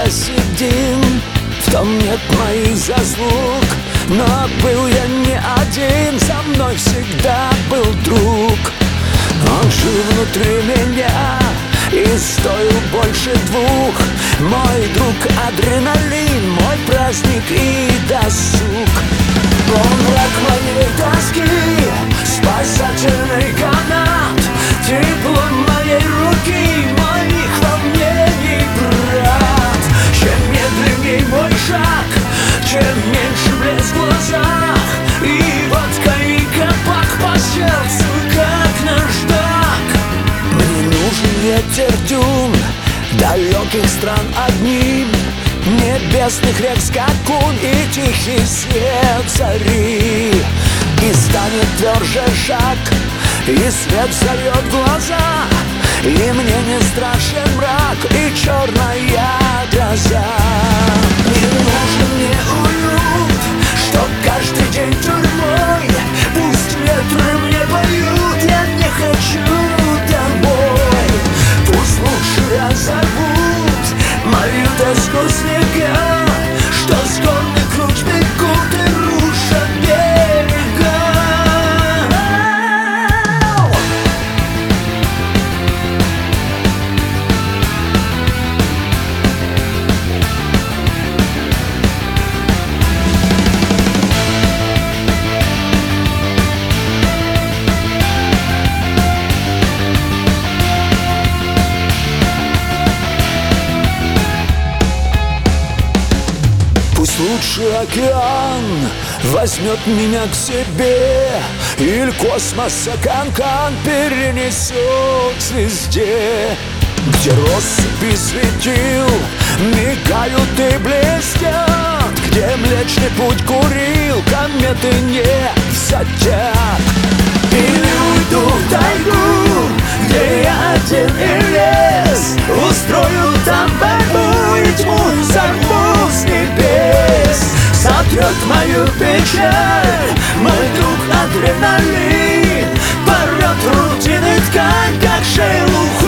один. В том нет моих заслуг, но был я не один. Со мной всегда был друг. Он жил внутри меня и стоил больше двух. Мой друг адреналин, мой праздник и досуг. Он враг моей тоски, спасательный канат, тепло моей руки, моих волнений брат. Чем медленней мой шаг, чем меньше блеск в глазах, и водка и кабак по сердцу, как наждак. Мне нужен ветер дюн, далеких стран одним, небесных рек скакун и тихий свет зари. И станет тверже шаг, и свет зальет глаза, и мне не страшен мрак и черная гроза. Не нужен мне уют, чтоб каждый день тюрьмой. Пусть ветры мне поют, я не хочу домой. Пусть лучше разорвут мою тоску снега, что с горных круч бегут и рушат берега. Пусть лучше океан возьмет меня к себе, или космоса канкан перенесет к звезде, где россыпи светил мигают и блестят, где Млечный Путь курил, кометы не задят. Или уйду в тайгу, где я один и лес, устрою там борьбу и тьму сорву с небес. Сотрет мою печаль мой друг адреналин, порвет рутины ткань, как шелуху